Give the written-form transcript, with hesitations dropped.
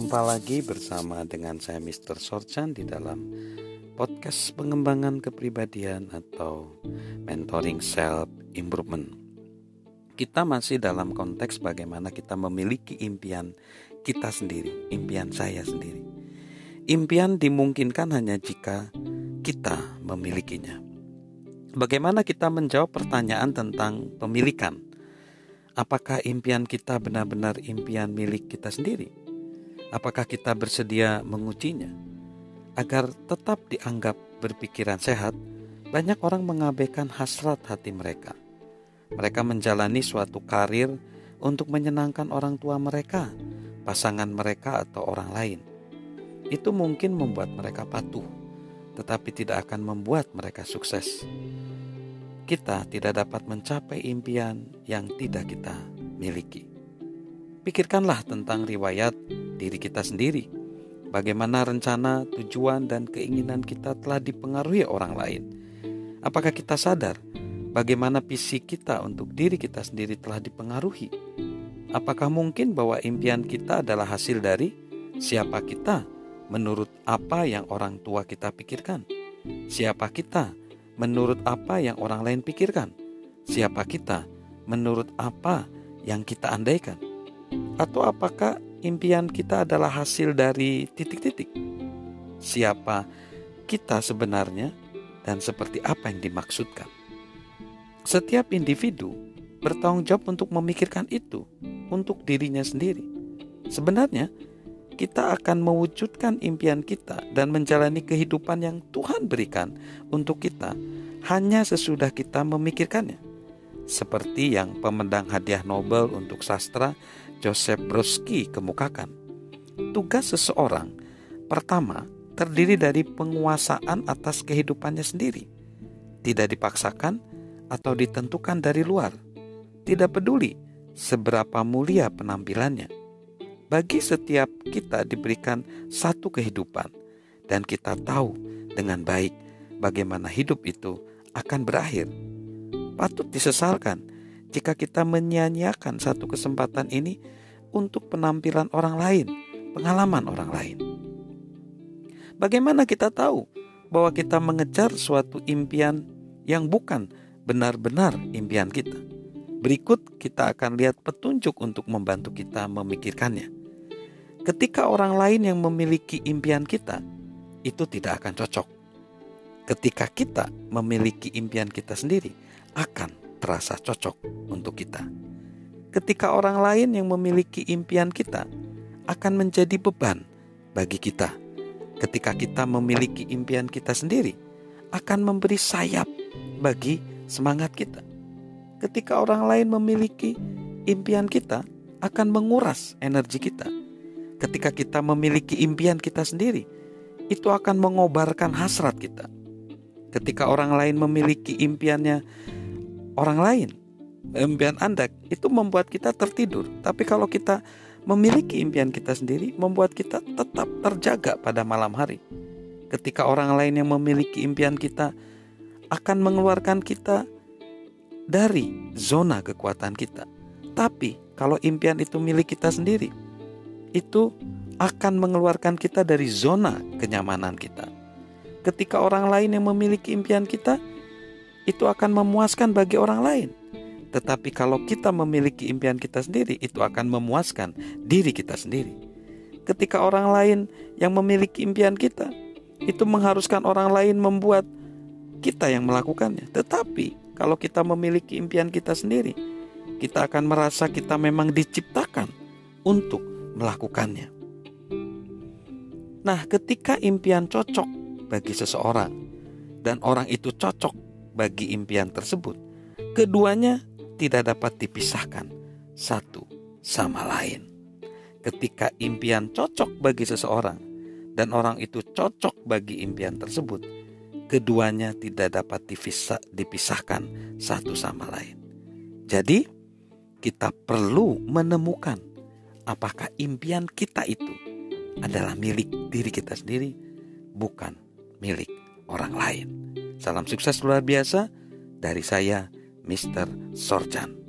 Jumpa lagi bersama dengan saya Mr. Sorchan di dalam podcast pengembangan kepribadian atau mentoring self improvement. Kita masih dalam konteks bagaimana kita memiliki impian kita sendiri, impian saya sendiri. Impian dimungkinkan hanya jika kita memilikinya. Bagaimana kita menjawab pertanyaan tentang pemilikan? Apakah impian kita benar-benar impian milik kita sendiri? Apakah kita bersedia mengujinya? Agar tetap dianggap berpikiran sehat, banyak orang mengabaikan hasrat hati mereka. Mereka menjalani suatu karir untuk menyenangkan orang tua mereka, pasangan mereka, atau orang lain. Itu mungkin membuat mereka patuh, tetapi tidak akan membuat mereka sukses. Kita tidak dapat mencapai impian yang tidak kita miliki. Pikirkanlah tentang riwayat diri kita sendiri. Bagaimana rencana, tujuan, dan keinginan kita telah dipengaruhi orang lain. Apakah kita sadar bagaimana visi kita untuk diri kita sendiri telah dipengaruhi? Apakah mungkin bahwa impian kita adalah hasil dari siapa kita menurut apa yang orang tua kita pikirkan? Siapa kita menurut apa yang orang lain pikirkan? Siapa kita menurut apa yang kita andaikan? Atau apakah impian kita adalah hasil dari titik-titik? Siapa kita sebenarnya dan seperti apa yang dimaksudkan? Setiap individu bertanggung jawab untuk memikirkan itu untuk dirinya sendiri. Sebenarnya kita akan mewujudkan impian kita dan menjalani kehidupan yang Tuhan berikan untuk kita hanya sesudah kita memikirkannya. Seperti yang pemendang hadiah Nobel untuk sastra Joseph Brodsky kemukakan. Tugas seseorang pertama terdiri dari penguasaan atas kehidupannya sendiri. Tidak dipaksakan atau ditentukan dari luar. Tidak peduli seberapa mulia penampilannya. Bagi setiap kita diberikan satu kehidupan, dan kita tahu dengan baik bagaimana hidup itu akan berakhir. Patut disesalkan jika kita menyia-nyiakan satu kesempatan ini untuk penampilan orang lain, pengalaman orang lain. Bagaimana kita tahu bahwa kita mengejar suatu impian yang bukan benar-benar impian kita? Berikut kita akan lihat petunjuk untuk membantu kita memikirkannya. Ketika orang lain yang memiliki impian kita, itu tidak akan cocok. Ketika kita memiliki impian kita sendiri, akan terasa cocok untuk kita. Ketika orang lain yang memiliki impian kita, akan menjadi beban bagi kita. Ketika kita memiliki impian kita sendiri, akan memberi sayap bagi semangat kita. Ketika orang lain memiliki impian kita, akan menguras energi kita. Ketika kita memiliki impian kita sendiri, itu akan mengobarkan hasrat kita. Ketika orang lain memiliki impiannya orang lain, impian Anda, itu membuat kita tertidur. Tapi kalau kita memiliki impian kita sendiri, membuat kita tetap terjaga pada malam hari. Ketika orang lain yang memiliki impian kita akan mengeluarkan kita dari zona kekuatan kita. Tapi kalau impian itu milik kita sendiri, itu akan mengeluarkan kita dari zona kenyamanan kita. Ketika orang lain yang memiliki impian kita, itu akan memuaskan bagi orang lain. Tetapi kalau kita memiliki impian kita sendiri, itu akan memuaskan diri kita sendiri. Ketika orang lain yang memiliki impian kita, itu mengharuskan orang lain membuat kita yang melakukannya. Tetapi kalau kita memiliki impian kita sendiri, kita akan merasa kita memang diciptakan untuk melakukannya. Nah, ketika impian cocok bagi seseorang dan orang itu cocok bagi impian tersebut, keduanya tidak dapat dipisahkan satu sama lain. Ketika impian cocok bagi seseorang dan orang itu cocok bagi impian tersebut, keduanya tidak dapat dipisahkan satu sama lain. Jadi, kita perlu menemukan apakah impian kita itu adalah milik diri kita sendiri, bukan milik orang lain. Salam sukses luar biasa dari saya, Mr. Sorchan.